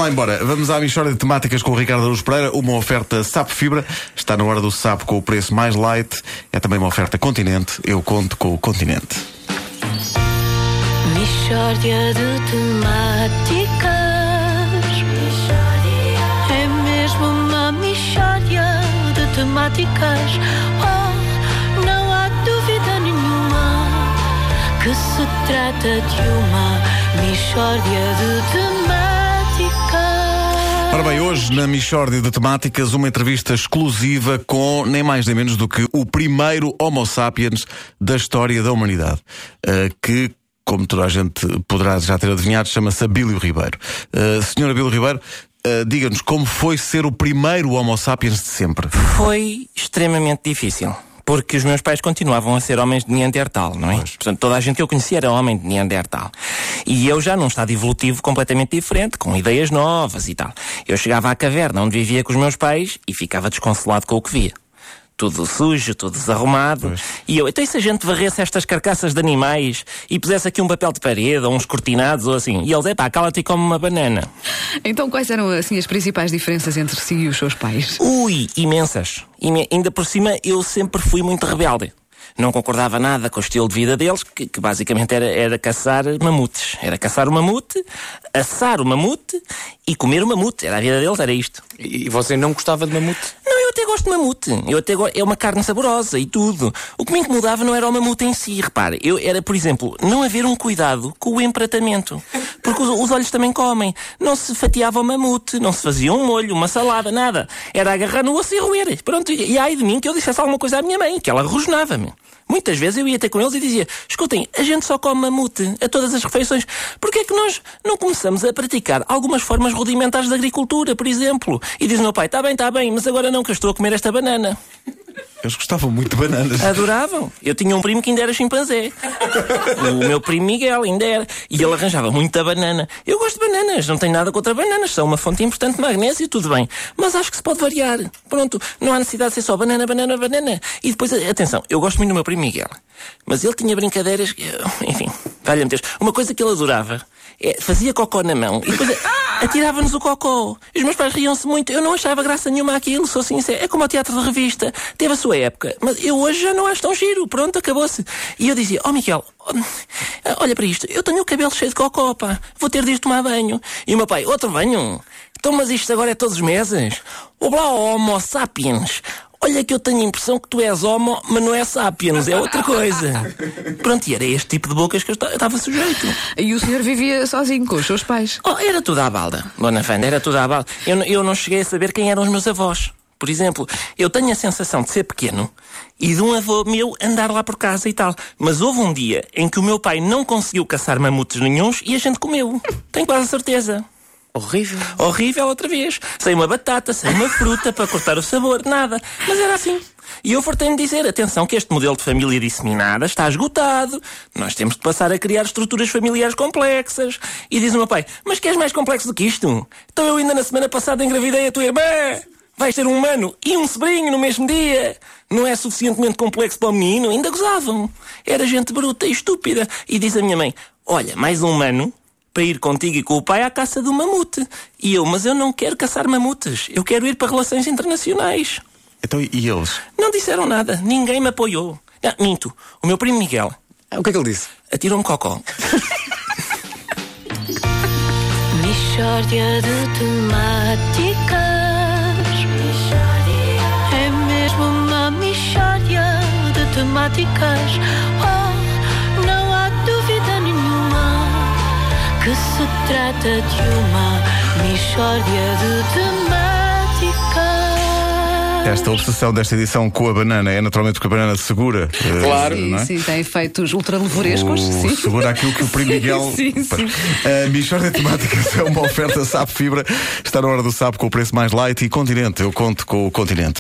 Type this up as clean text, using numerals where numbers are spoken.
Embora, vamos à Mixórdia de Temáticas com o Ricardo Araújo Pereira. Uma oferta Sapo Fibra. Está na hora do sapo com o preço mais light. É também uma oferta Continente. Eu conto com o Continente. Mixórdia de temáticas. É mesmo uma mixórdia de temáticas. Oh, não há dúvida nenhuma que se trata de uma mixórdia de temáticas. Ora bem, hoje na Mixórdia de Temáticas, uma entrevista exclusiva com nem mais nem menos do que o primeiro Homo sapiens da história da humanidade, que, como toda a gente poderá já ter adivinhado, chama-se Abílio Ribeiro. Senhor Abílio Ribeiro, diga-nos como foi ser o primeiro Homo sapiens de sempre. Foi extremamente difícil, porque os meus pais continuavam a ser homens de Neandertal, não é? Pois. Portanto, toda a gente que eu conhecia era homem de Neandertal. E eu já num estado evolutivo completamente diferente, com ideias novas e tal. Eu chegava à caverna onde vivia com os meus pais e ficava desconsolado com o que via. Tudo sujo, tudo desarrumado. Pois. E eu, então e se a gente varresse estas carcaças de animais e pusesse aqui um papel de parede ou uns cortinados ou assim? E eles, cala-te e come uma banana. Então quais eram assim as principais diferenças entre si e os seus pais? Ui, imensas. Ainda por cima eu sempre fui muito rebelde. Não concordava nada com o estilo de vida deles, que basicamente era caçar mamutes. Era caçar o mamute, assar o mamute e comer o mamute. A vida deles era isto. E você não gostava de mamute? Não, eu até gosto de mamute. É uma carne saborosa e tudo. O que me incomodava não era o mamute em si, repare. Era, por exemplo, não haver um cuidado com o empratamento. Porque os olhos também comem. Não se fatiava o mamute, não se fazia um molho, uma salada, nada. Era agarrar no osso e roer. Pronto, e ai de mim que eu dissesse alguma coisa à minha mãe, que ela rosnava-me. Muitas vezes eu ia ter com eles e dizia: escutem, a gente só come mamute a todas as refeições. Porquê é que nós não começamos a praticar algumas formas rudimentares de agricultura, por exemplo? E diz o meu pai: está bem, mas agora não, que eu estou a comer esta banana. Eles gostavam muito de bananas. Adoravam. Eu tinha um primo que ainda era chimpanzé. O meu primo Miguel ainda era. E ele arranjava muita banana. Eu gosto de bananas, não tenho nada contra bananas. São uma fonte importante de magnésio, tudo bem. Mas acho que se pode variar. Pronto, não há necessidade de ser só banana. E depois, atenção, eu gosto muito do meu primo Miguel. Mas ele tinha brincadeiras, enfim, valha-me Deus. Uma coisa que ele adorava, fazia cocó na mão e depois atirava-nos o cocó. E os meus pais riam-se muito. Eu não achava graça nenhuma àquilo, sou sincero. É como o teatro de revista. Teve a sua época, mas eu hoje já não acho tão giro. Pronto, acabou-se. E eu dizia: Miguel, olha para isto, eu tenho o cabelo cheio de cocó, pá. Vou ter de ir tomar banho. E o meu pai: outro banho? Então, mas isto agora é todos os meses? Olá, Homo sapiens. Olha que eu tenho a impressão que tu és homo, mas não é sapiens, é outra coisa. Pronto, e era este tipo de bocas que eu estava sujeito. E o senhor vivia sozinho com os seus pais? Era tudo à balda, dona Wanda, era tudo à balda. Eu não cheguei a saber quem eram os meus avós. Por exemplo, eu tenho a sensação de ser pequeno e de um avô meu andar lá por casa e tal. Mas houve um dia em que o meu pai não conseguiu caçar mamutes nenhuns e a gente comeu. Tenho quase certeza. Horrível. Horrível outra vez. Sem uma batata, sem uma fruta para cortar o sabor, nada. Mas era assim. E eu fartei-me dizer: atenção que este modelo de família disseminada está esgotado. Nós temos de passar a criar estruturas familiares complexas. E diz o meu pai: mas queres mais complexo do que isto? Então eu ainda na semana passada engravidei a tua irmã. Vais ter um humano e um sobrinho no mesmo dia. Não é suficientemente complexo para o menino? Ainda gozavam. Era gente bruta e estúpida. E diz a minha mãe: olha, mais um humano para ir contigo e com o pai à caça do mamute. E eu: mas eu não quero caçar mamutes. Eu quero ir para relações internacionais. Então, e eles? Não disseram nada. Ninguém me apoiou. Minto. O meu primo Miguel. O que é que ele disse? Atirou-me cocó. Mixórdia de temáticas. É mesmo uma mixórdia de temáticas. Oh, não há dúvida nenhuma que se trata de uma mixórdia de temáticas. Esta obsessão desta edição com a banana é naturalmente porque a banana segura. Claro. Não é? Sim, tem efeitos ultralevorescos. Sim. Segura aquilo que o primo Miguel. Sim. A Mixórdia de Temáticas é uma oferta Sapo Fibra. Está na hora do sapo com o preço mais light e Continente. Eu conto com o Continente.